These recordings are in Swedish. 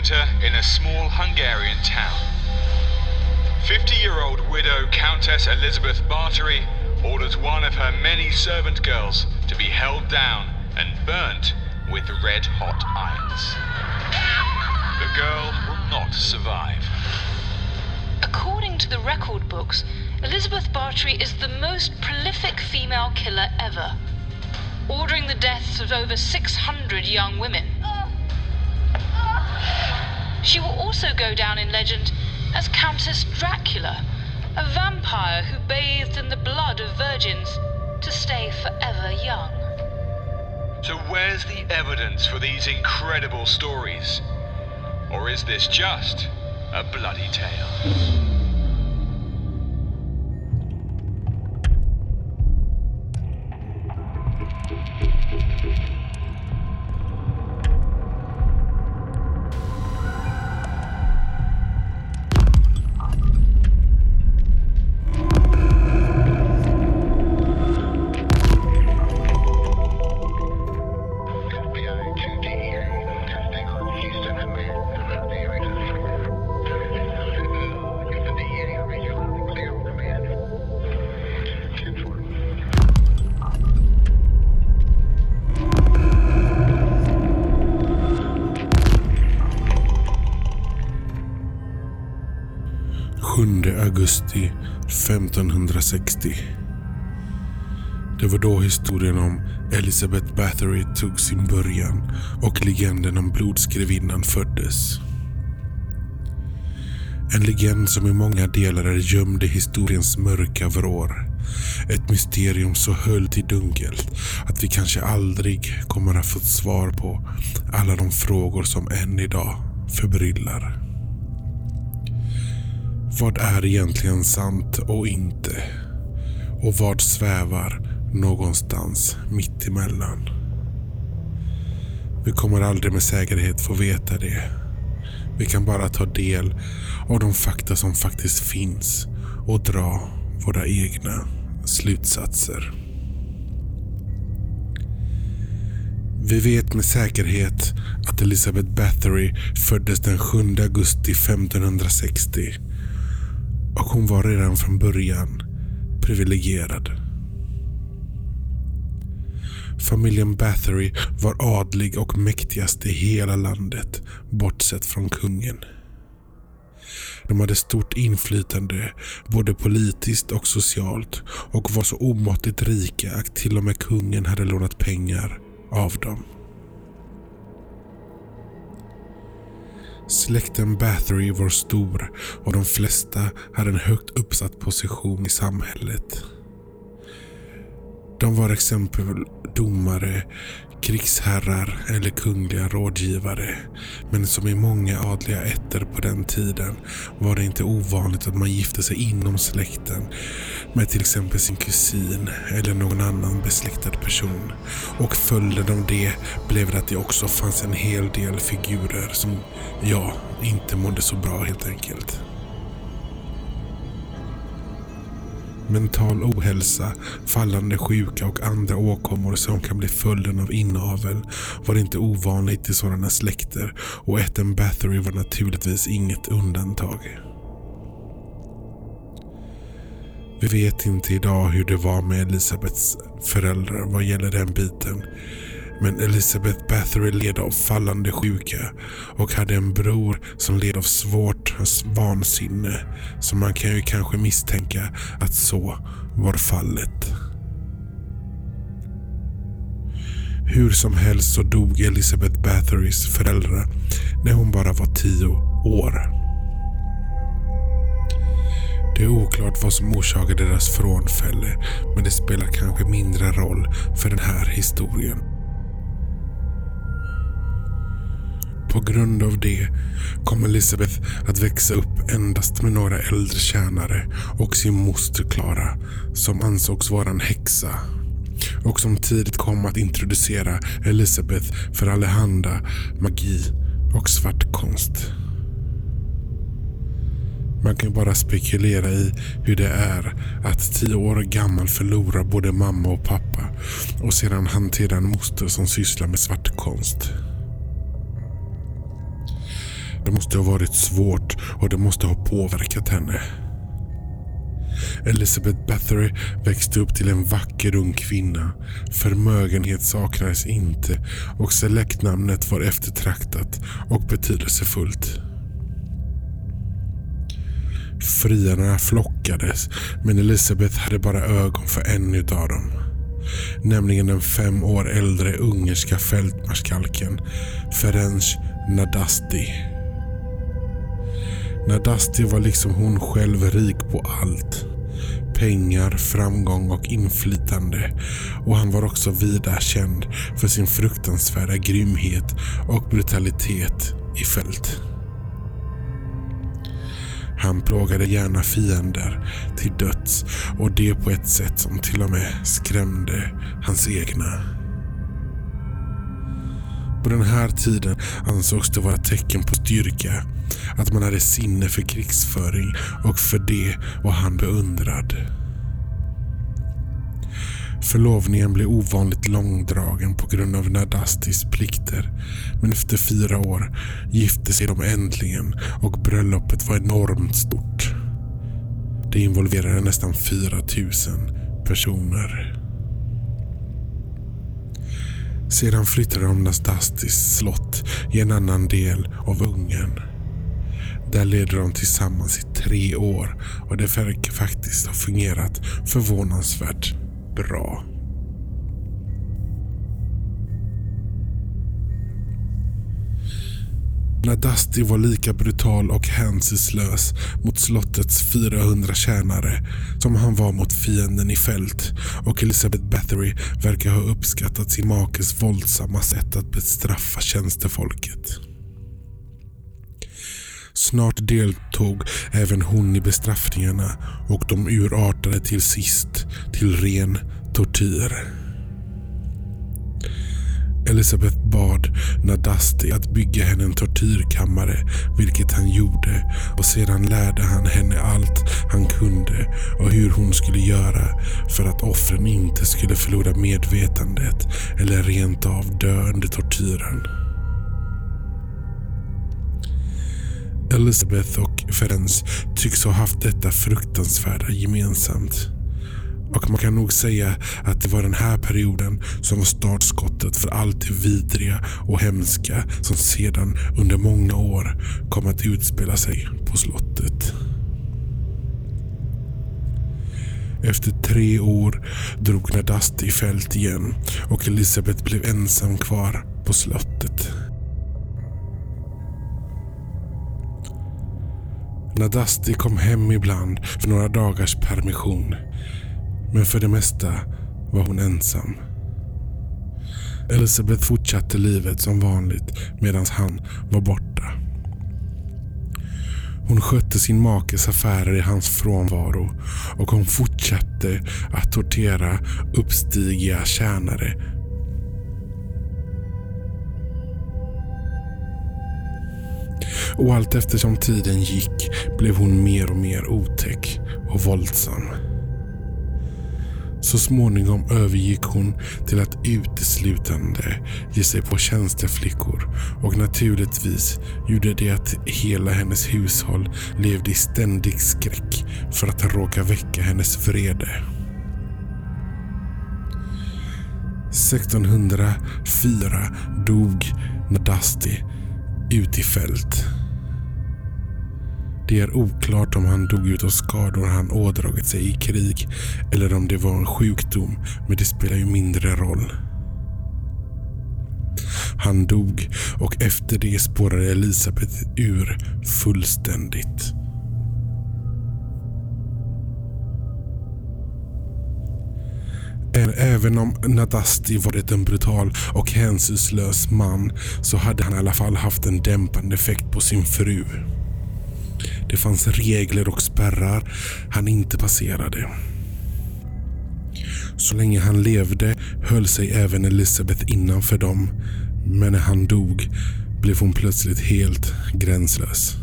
winter in a small Hungarian town. 50-year-old widow Countess Elizabeth Bathory orders one of her many servant girls to be held down and burnt with red-hot irons. The girl will not survive. According to the record books, Elizabeth Bathory is the most prolific female killer ever, ordering the deaths of over 600 young women. She will also go down in legend as Countess Dracula, a vampire who bathed in the blood of virgins to stay forever young. So where's the evidence for these incredible stories? Or is this just a bloody tale? Augusti 1560. Det var då historien om Elizabeth Bathory tog sin början och legenden om blodskrivinnan föddes. En legend som i många delar är gömd i historiens mörka vrår. Ett mysterium så höljt i dunkelt att vi kanske aldrig kommer att få svar på alla de frågor som än idag förbryllar. Vad är egentligen sant och inte? Och vad svävar någonstans mitt emellan? Vi kommer aldrig med säkerhet få veta det. Vi kan bara ta del av de fakta som faktiskt finns och dra våra egna slutsatser. Vi vet med säkerhet att Elizabeth Bathory föddes den 7 augusti 1560 och hon var redan från början privilegierad. Familjen Bathory var adlig och mäktigast i hela landet, bortsett från kungen. De hade stort inflytande både politiskt och socialt och var så omåttligt rika att till och med kungen hade lånat pengar av dem. Släkten Bathory var stor och de flesta hade en högt uppsatt position i samhället. De var exempel domare, krigsherrar eller kungliga rådgivare. Men som i många adliga ätter på den tiden var det inte ovanligt att man gifte sig inom släkten med till exempel sin kusin eller någon annan besläktad person. Och följden av det blev det att det också fanns en hel del figurer som inte mådde så bra helt enkelt. Mental ohälsa, fallande sjuka och andra åkommor som kan bli följden av inavel var inte ovanligt i sådana släkter, och ätten Bathory var naturligtvis inget undantag. Vi vet inte idag hur det var med Elizabeths föräldrar vad gäller den biten, men Elizabeth Bathory led av fallande sjuka och hade en bror som led av svårt vansinne, så man kan ju kanske misstänka att så var fallet. Hur som helst så dog Elizabeth Bathorys föräldrar när hon bara var 10 år. Det är oklart vad som orsakade deras frånfälle, men det spelar kanske mindre roll för den här historien. På grund av det kom Elizabeth att växa upp endast med några äldre tjänare och sin moster Clara, som ansågs vara en häxa och som tidigt kom att introducera Elizabeth för allehanda magi och svartkonst. Man kan bara spekulera i hur det är att 10 år gammal förlora både mamma och pappa och sedan hantera en moster som sysslar med svartkonst. Det måste ha varit svårt och det måste ha påverkat henne. Elizabeth Bathory växte upp till en vacker ung kvinna. Förmögenhet saknades inte och släktnamnet var eftertraktat och betydelsefullt. Friarna flockades, men Elizabeth hade bara ögon för en utav dem. Nämligen den 5 år äldre ungerska fältmarskalken Ferenc Nadasti. Nadasti var liksom hon själv rik på allt. Pengar, framgång och inflytande, och han var också vida känd för sin fruktansvärda grymhet och brutalitet i fält. Han plågade gärna fiender till döds, och det på ett sätt som till och med skrämde hans egna. På den här tiden ansågs det vara tecken på styrka att man hade sinne för krigsföring, och för det var han beundrad. Förlovningen blev ovanligt långdragen på grund av Nadastis plikter, men efter 4 år gifte sig de äntligen och bröllopet var enormt stort. Det involverade nästan 4 000 personer. Sedan flyttade de Nadastis slott i en annan del av Ungern. Där ledde de tillsammans i 3 år, och det verkar faktiskt ha fungerat förvånansvärt bra. Nadasti var lika brutal och hänsynslös mot slottets 400 tjänare som han var mot fienden i fält, och Elizabeth Bathory verkar ha uppskattat sin makes våldsamma sätt att bestraffa tjänstefolket. Snart deltog även hon i bestraffningarna, och de urartade till sist till ren tortyr. Elizabeth bad Nadasti att bygga henne en tortyrkammare, vilket han gjorde, och sedan lärde han henne allt han kunde och hur hon skulle göra för att offren inte skulle förlora medvetandet eller rent av dö under tortyren. Elizabeth och Ferenc tycks ha haft detta fruktansvärda gemensamt. Och man kan nog säga att det var den här perioden som var startskottet för allt det vidriga och hemska som sedan under många år kom att utspela sig på slottet. Efter 3 år drog Nadasti i fält igen, och Elizabeth blev ensam kvar på slottet. Nadasti kom hem ibland för några dagars permission, men för det mesta var hon ensam. Elizabeth fortsatte livet som vanligt medan han var borta. Hon skötte sin makes affärer i hans frånvaro, och hon fortsatte att tortera uppstigiga tjänare. Och allt eftersom tiden gick blev hon mer och mer otäck och våldsam. Så småningom övergick hon till att uteslutande ge sig på tjänsteflickor, och naturligtvis gjorde det att hela hennes hushåll levde i ständig skräck för att råka väcka hennes vrede. 1604 dog Nadasti ut i fält. Det är oklart om han dog ut av skador han ådragit sig i krig eller om det var en sjukdom, men det spelar ju mindre roll. Han dog, och efter det spårade Elizabeth ur fullständigt. Även om Nadasti var en brutal och hänsynslös man, så hade han i alla fall haft en dämpande effekt på sin fru. Det fanns regler och spärrar han inte passerade. Så länge han levde höll sig även Elizabeth innanför dem, men när han dog blev hon plötsligt helt gränslös.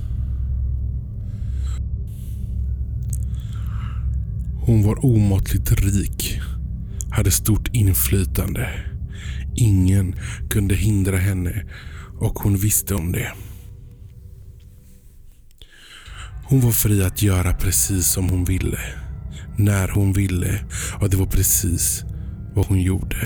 Hon var omåttligt rik, hade stort inflytande. Ingen kunde hindra henne, och hon visste om det. Hon var fri att göra precis som hon ville, när hon ville, och det var precis vad hon gjorde.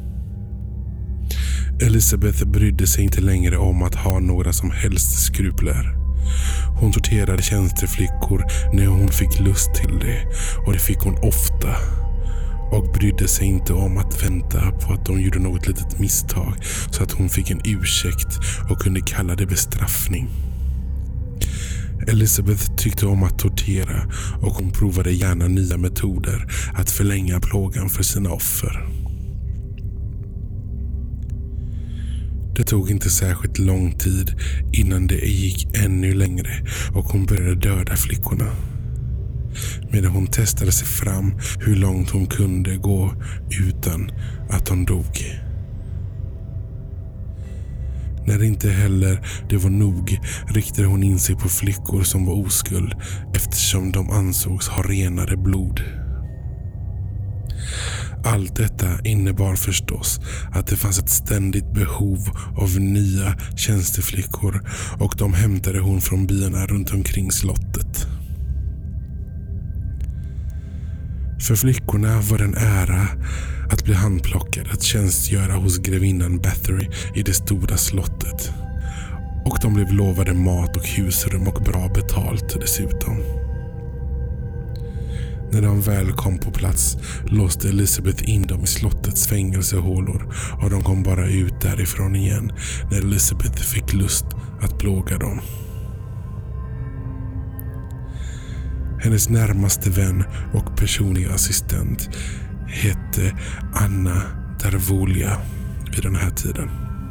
Elizabeth brydde sig inte längre om att ha några som helst skrupler. Hon torterade tjänsteflickor när hon fick lust till det, och det fick hon ofta, och brydde sig inte om att vänta på att de gjorde något litet misstag så att hon fick en ursäkt och kunde kalla det bestraffning. Elizabeth tyckte om att tortera, och hon provade gärna nya metoder att förlänga plågan för sina offer. Det tog inte särskilt lång tid innan det gick ännu längre och hon började döda flickorna. Medan hon testade sig fram hur långt hon kunde gå utan att hon dog. När inte heller det var nog riktade hon in sig på flickor som var oskuld, eftersom de ansågs ha renare blod. Allt detta innebar förstås att det fanns ett ständigt behov av nya tjänsteflickor, och de hämtade hon från byarna runt omkring slottet. För flickorna var det en ära att bli handplockade att tjänstgöra hos grevinnan Bathory i det stora slottet, och de blev lovade mat och husrum och bra betalt dessutom. När de väl kom på plats låste Elizabeth in dem i slottets fängelsehålor, och de kom bara ut därifrån igen när Elizabeth fick lust att plåga dem. Hennes närmaste vän och personliga assistent hette Anna Darvolia vid den här tiden.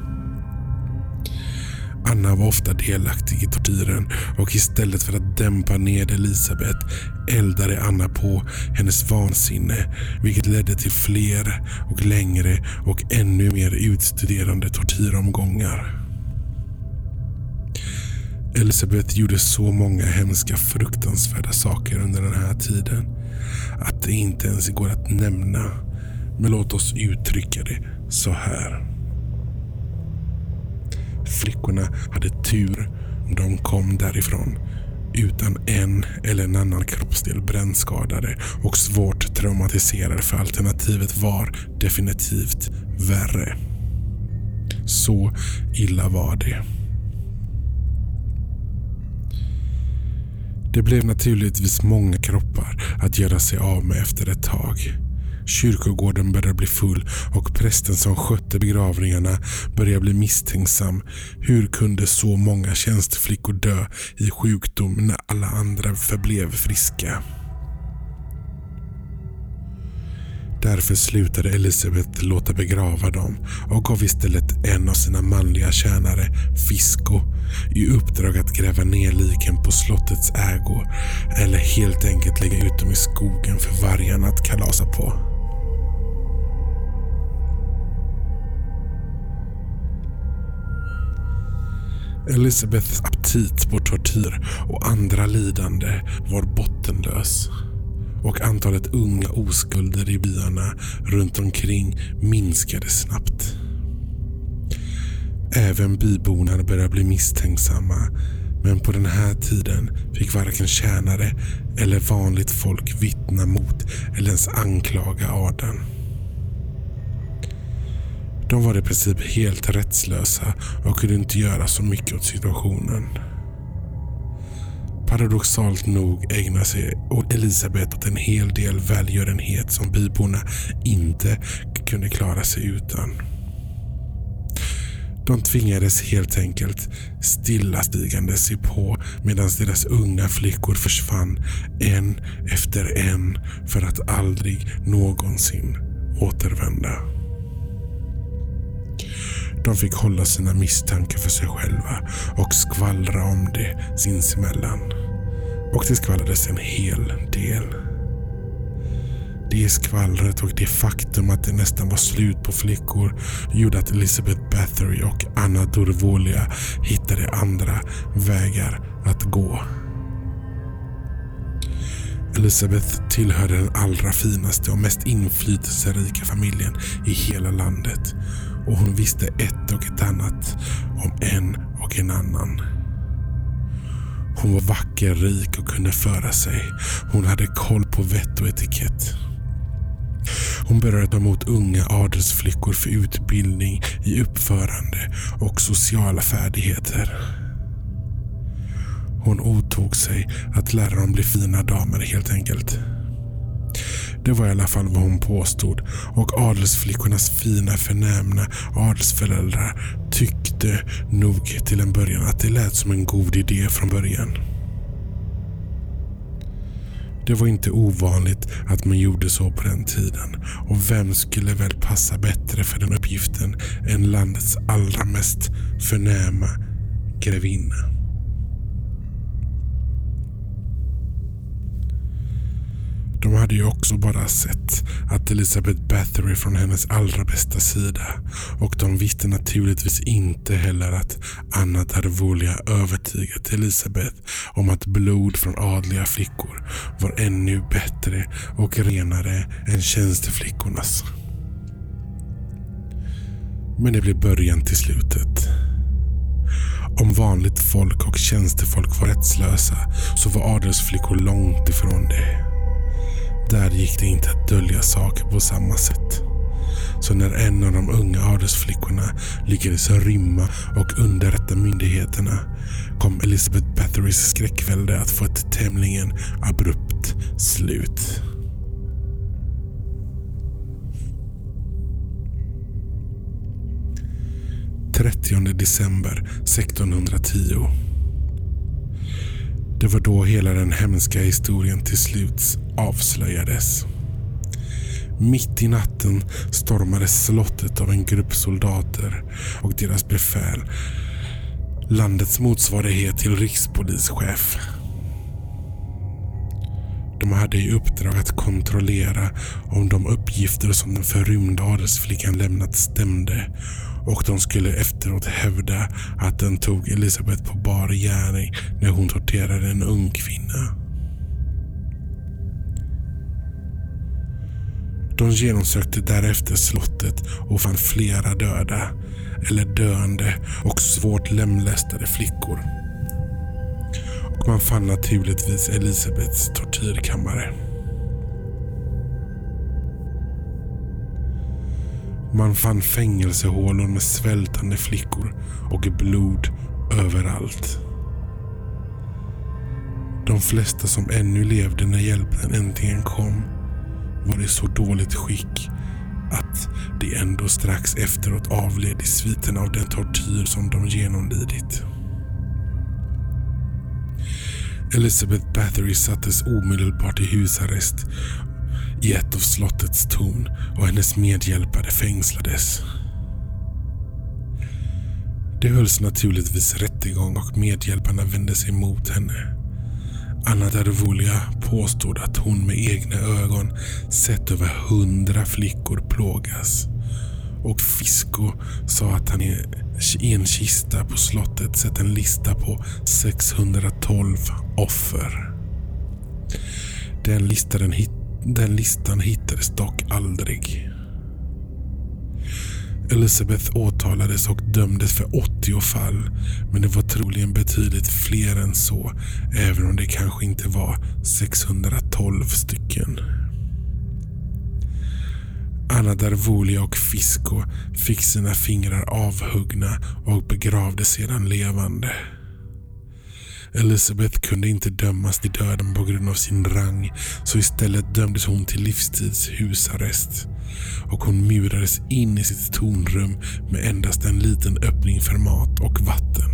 Anna var ofta delaktig i tortyren, och istället för att dämpa ned Elizabeth eldade Anna på hennes vansinne, vilket ledde till fler och längre och ännu mer utstuderande tortyromgångar. Elizabeth gjorde så många hemska, fruktansvärda saker under den här tiden att det inte ens går att nämna, men låt oss uttrycka det så här. Flickorna hade tur om de kom därifrån utan en eller en annan kroppsdel brännskadade och svårt traumatiserade, för alternativet var definitivt värre. Så illa var det. Det blev naturligtvis många kroppar att göra sig av med efter ett tag. Kyrkogården började bli full, och prästen som skötte begravningarna började bli misstänksam. Hur kunde så många tjänsteflickor dö i sjukdom när alla andra förblev friska? Därför slutade Elizabeth låta begrava dem och gav istället en av sina manliga tjänare, Fisko, i uppdrag att gräva ner liken på slottets ägor, eller helt enkelt lägga ut dem i skogen för vargarna att kalasa på. Elizabeths aptit på tortyr och andra lidande var bottenlös, och antalet unga oskulder i byarna runt omkring minskade snabbt. Även byborna började bli misstänksamma, men på den här tiden fick varken tjänare eller vanligt folk vittna mot eller ens anklaga adeln. De var i princip helt rättslösa och kunde inte göra så mycket åt situationen. Paradoxalt nog ägnade sig Elizabeth åt en hel del välgörenhet som byborna inte kunde klara sig utan. De tvingades helt enkelt stillastigande sig på medan deras unga flickor försvann en efter en för att aldrig någonsin återvända. De fick hålla sina misstankar för sig själva och skvallra om det sinsemellan. Och det skvallrades en hel del. Det skvallret och det faktum att det nästan var slut på flickor gjorde att Elizabeth Bathory och Anna Darvolia hittade andra vägar att gå. Elizabeth tillhörde den allra finaste och mest inflytelserika familjen i hela landet, och hon visste ett och ett annat om en och en annan. Hon var vacker, rik och kunde föra sig. Hon hade koll på vett och etikett. Hon började ta emot unga adelsflickor för utbildning i uppförande och sociala färdigheter. Hon åtog sig att lära dem bli fina damer helt enkelt. Det var i alla fall vad hon påstod, och adelsflickornas fina förnämna adelsföräldrar tyckte nog till en början att det lät som en god idé från början. Det var inte ovanligt att man gjorde så på den tiden, och vem skulle väl passa bättre för den uppgiften än landets allra mest förnäma grevinna. De hade ju också bara sett att Elizabeth Bathory från hennes allra bästa sida, och de visste naturligtvis inte heller att Anna Darvulia övertygat Elizabeth om att blod från adliga flickor var ännu bättre och renare än tjänsteflickornas. Men det blev början till slutet. Om vanligt folk och tjänstefolk var rättslösa, så var adelsflickor långt ifrån det. Där gick det inte att dölja saker på samma sätt. Så när en av de unga adelsflickorna lyckades rymma och underrätta myndigheterna, kom Elizabeth Bathorys skräckvälde att få ett tämligen abrupt slut. December 1610. Det var då hela den hemska historien till slut avslöjades. Mitt i natten stormades slottet av en grupp soldater och deras befäl, landets motsvarighet till rikspolischef. De hade i uppdrag att kontrollera om de uppgifter som den förrymda adelsflickan lämnat stämde, och de skulle efteråt hävda att den tog Elizabeth på bar gärning när hon torterade en ung kvinna. De genomsökte därefter slottet och fann flera döda eller döende och svårt lemlästade flickor. Och man fann naturligtvis Elizabeths tortyrkammare. Man fann fängelsehålor med svältande flickor och blod överallt. De flesta som ännu levde när hjälpen äntligen kom var i så dåligt skick att de ändå strax efteråt avled i sviten av den tortyr som de genomlidit. Elizabeth Bathory sattes omedelbart i husarrest i ett av slottets torn, och hennes medhjälpare fängslades. Det hölls naturligtvis rättegång och medhjälparna vände sig mot henne. Anna Darvulia påstod att hon med egna ögon sett över 100 flickor plågas, och Fisko sa att han i en kista på slottet sett en lista på 612 offer. Den listan hittades dock aldrig. Elizabeth åtalades och dömdes för 80 fall, men det var troligen betydligt fler än så, även om det kanske inte var 612 stycken. Anna Darvulia och Fisko fick sina fingrar avhuggna och begravdes sedan levande. Elizabeth kunde inte dömas till döden på grund av sin rang, så istället dömdes hon till livstids husarrest, och hon murades in i sitt tornrum med endast en liten öppning för mat och vatten.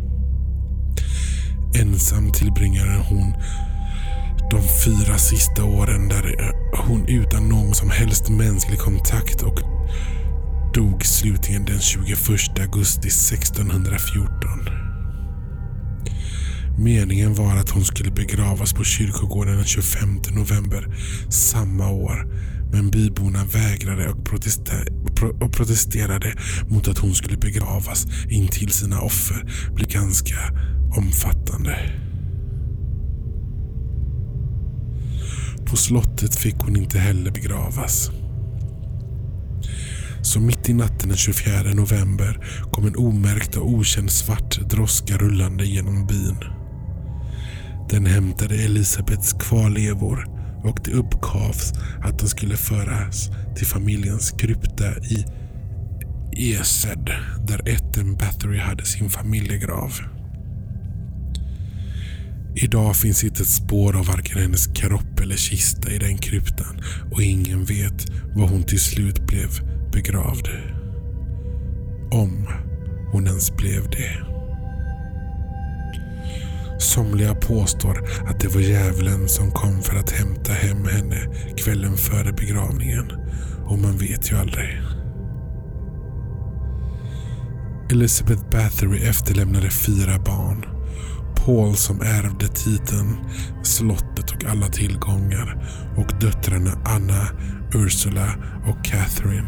Ensam tillbringade hon de 4 sista åren, där hon utan någon som helst mänsklig kontakt, och dog slutligen den 21 augusti 1614. Meningen var att hon skulle begravas på kyrkogården den 25 november samma år, men byborna vägrade och protesterade mot att hon skulle begravas intill sina offer blev ganska omfattande. På slottet fick hon inte heller begravas. Så mitt i natten den 24 november kom en omärkt och okänd svart droska rullande genom byn. Den hämtade Elizabeths kvarlevor och det uppgavs att de skulle föras till familjens krypta i Esed, där ätten Bathory hade sin familjegrav. Idag finns inte ett spår av varken hennes kropp eller kista i den kryptan och ingen vet var hon till slut blev begravd. Om hon ens blev det. Somliga påstår att det var djävulen som kom för att hämta hem henne kvällen före begravningen, och man vet ju aldrig. Elizabeth Bathory efterlämnade 4 barn. Paul som ärvde titeln, slottet och alla tillgångar, och döttrarna Anna, Ursula och Catherine.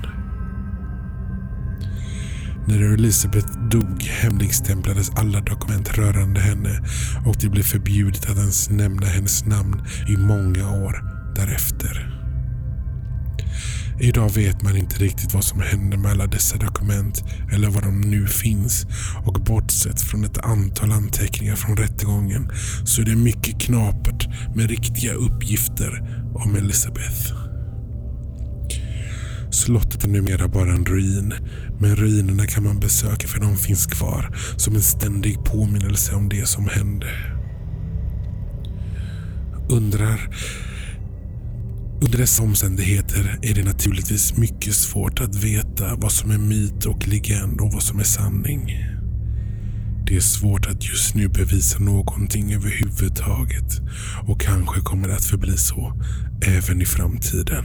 När Elizabeth dog hemligstämplades alla dokument rörande henne och det blev förbjudet att ens nämna hennes namn i många år därefter. Idag vet man inte riktigt vad som hände med alla dessa dokument eller var de nu finns, och bortsett från ett antal anteckningar från rättegången så är det mycket knapert med riktiga uppgifter om Elizabeth. Slottet är numera bara en ruin, men ruinerna kan man besöka för de finns kvar som en ständig påminnelse om det som hände. Under dessa omständigheter är det naturligtvis mycket svårt att veta vad som är myt och legend och vad som är sanning. Det är svårt att just nu bevisa någonting överhuvudtaget, och kanske kommer det att förbli så även i framtiden.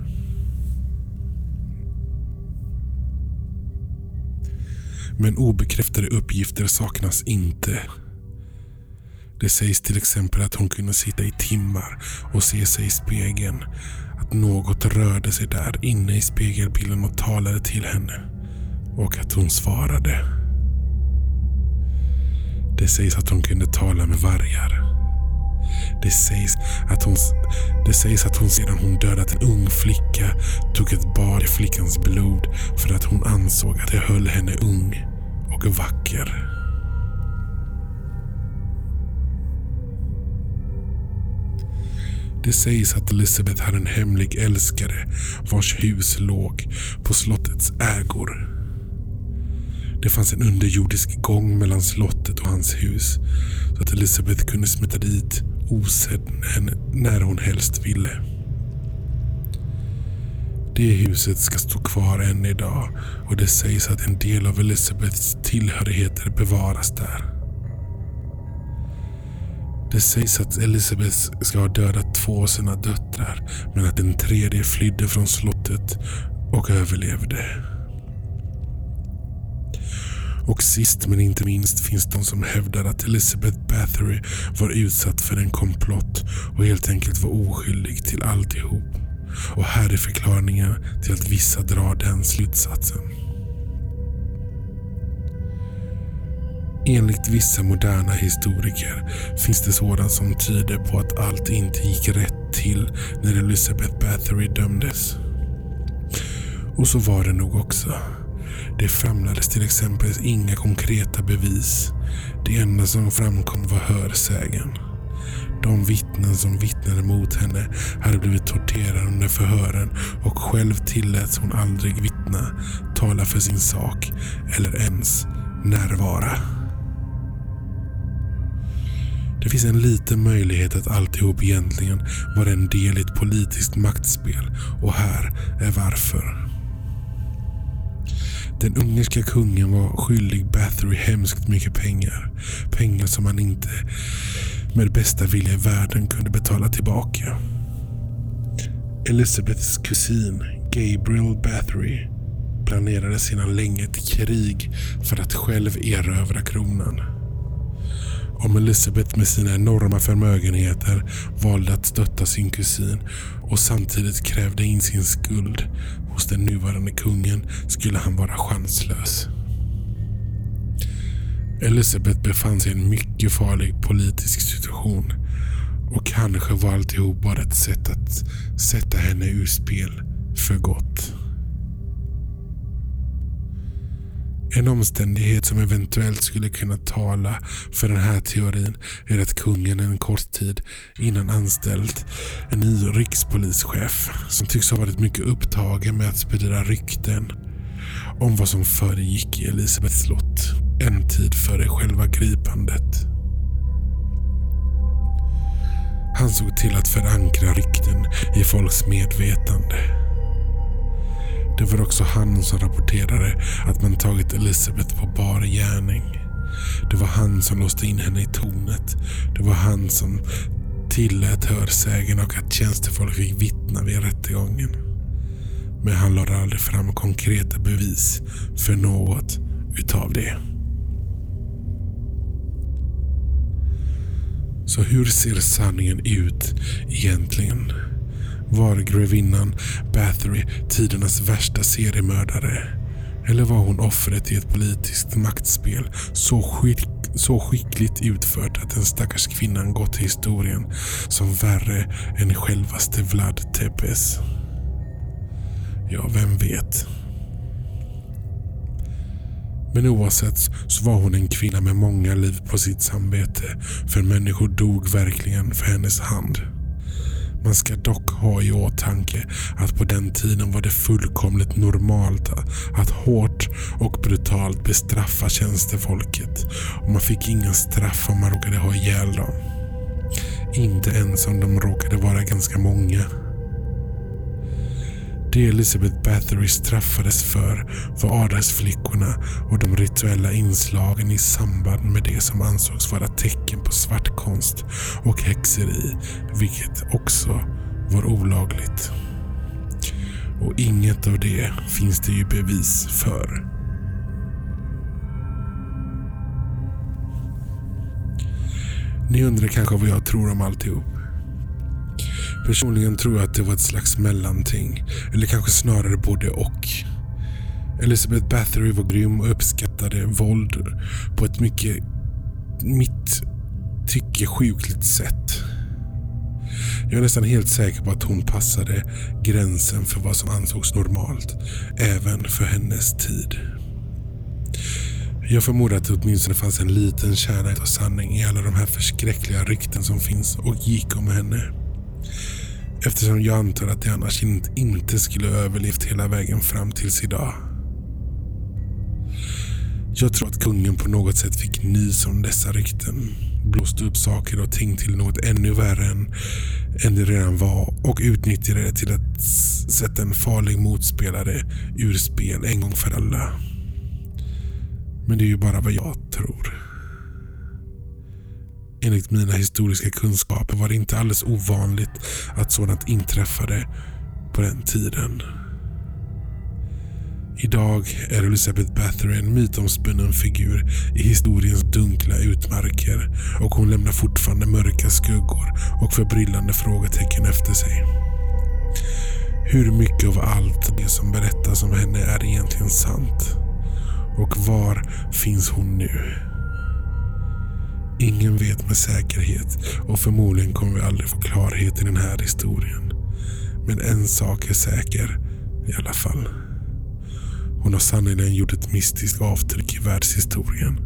Men obekräftade uppgifter saknas inte. Det sägs till exempel att hon kunde sitta i timmar och se sig i spegeln, att något rörde sig där inne i spegelbilden och talade till henne, och att hon svarade. Det sägs att hon kunde tala med vargar. Det sägs att hon sedan hon dödat en ung flicka tog ett bad i flickans blod för att hon ansåg att det höll henne ung och vacker. Det sägs att Elizabeth hade en hemlig älskare vars hus låg på slottets ägor. Det fanns en underjordisk gång mellan slottet och hans hus så att Elizabeth kunde smita dit osedd när hon helst ville. Det huset ska stå kvar än idag, och det sägs att en del av Elizabeths tillhörigheter bevaras där. Det sägs att Elizabeth ska ha dödat 2 av sina döttrar, men att den 3:e flydde från slottet och överlevde. Och sist men inte minst finns de som hävdar att Elizabeth Bathory var utsatt för en komplott och helt enkelt var oskyldig till alltihop. Och här är förklaringen till att vissa drar den slutsatsen. Enligt vissa moderna historiker finns det sådant som tyder på att allt inte gick rätt till när Elizabeth Bathory dömdes. Och så var det nog också. Det framlades till exempel inga konkreta bevis. Det enda som framkom var hörsägen. De vittnen som vittnade mot henne hade blivit torterade under förhören och själv tilläts hon aldrig vittna, tala för sin sak eller ens närvara. Det finns en liten möjlighet att alltihop egentligen var en del i ett politiskt maktspel, och här är varför. Den ungerska kungen var skyldig Bathory hemskt mycket pengar. Pengar som han inte med bästa vilja i världen kunde betala tillbaka. Elizabeths kusin Gabriel Bathory planerade sedan länge ett krig för att själv erövra kronan. Om Elizabeth med sina enorma förmögenheter valde att stötta sin kusin och samtidigt krävde in sin skuld hos den nuvarande kungen skulle han vara chanslös. Elizabeth befann sig i en mycket farlig politisk situation, och kanske var alltihop bara ett sätt att sätta henne ur spel för gott. En omständighet som eventuellt skulle kunna tala för den här teorin är att kungen en kort tid innan anställt en ny rikspolischef som tycks ha varit mycket upptagen med att sprida rykten om vad som föregick i Elizabeths slott en tid före själva gripandet. Han såg till att förankra rykten i folks medvetande. Det var också han som rapporterade att man tagit Elizabeth på bar gärning. Det var han som låste in henne i tornet. Det var han som tillät hörsägen och att tjänstefolk fick vittna vid rättegången. Men han lade aldrig fram konkreta bevis för något utav det. Så hur ser sanningen ut egentligen? Var grevinnan Bathory tidernas värsta seriemördare? Eller var hon offret i ett politiskt maktspel så skickligt utfört att den stackars kvinnan gått till historien som värre än självaste Vlad Tepes? Ja, vem vet? Men oavsett så var hon en kvinna med många liv på sitt samvete, för människor dog verkligen för hennes hand. Man ska dock ha i åtanke att på den tiden var det fullkomligt normalt att hårt och brutalt bestraffa tjänstefolket, och man fick ingen straff om man råkade ha ihjäl dem. Inte ens om de råkade vara ganska många. Det Elizabeth Bathory straffades för var adelsflickorna och de rituella inslagen i samband med det som ansågs vara tecken på svartkonst och häxeri, vilket också var olagligt. Och inget av det finns det ju bevis för. Ni undrar kanske vad jag tror om alltihop. Personligen tror jag att det var ett slags mellanting, eller kanske snarare både och. Elizabeth Bathory var grym och uppskattade våld på ett mycket, mitt tycke, sjukligt sätt. Jag är nästan helt säker på att hon passade gränsen för vad som ansågs normalt, även för hennes tid. Jag förmodar att det åtminstone fanns en liten kärna av sanning i alla de här förskräckliga rykten som finns och gick om henne. Eftersom jag antar att det annars inte skulle överlevt hela vägen fram tills idag. Jag tror att kungen på något sätt fick nys om dessa rykten, blåste upp saker och ting till något ännu värre än det redan var, och utnyttjade det till att sätta en farlig motspelare ur spel en gång för alla. Men det är ju bara vad jag tror. Enligt mina historiska kunskaper var det inte alldeles ovanligt att sådant inträffade på den tiden. Idag är Elizabeth Bathory en mytomspunnen figur i historiens dunkla utmarker, och hon lämnar fortfarande mörka skuggor och förbryllande frågetecken efter sig. Hur mycket av allt det som berättas om henne är egentligen sant? Och var finns hon nu? Ingen vet med säkerhet, och förmodligen kommer vi aldrig få klarhet i den här historien. Men en sak är säker i alla fall. Hon har sannolikt gjort ett mystiskt avtryck i världshistorien.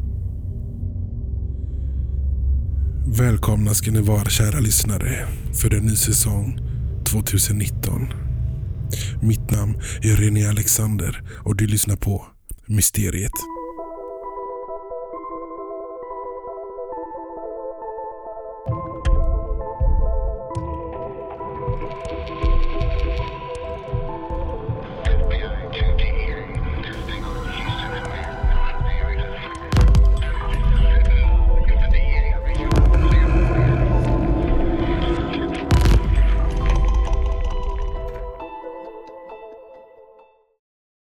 Välkomna ska ni vara, kära lyssnare, för en ny säsong 2019. Mitt namn är René Alexander och du lyssnar på Mysteriet.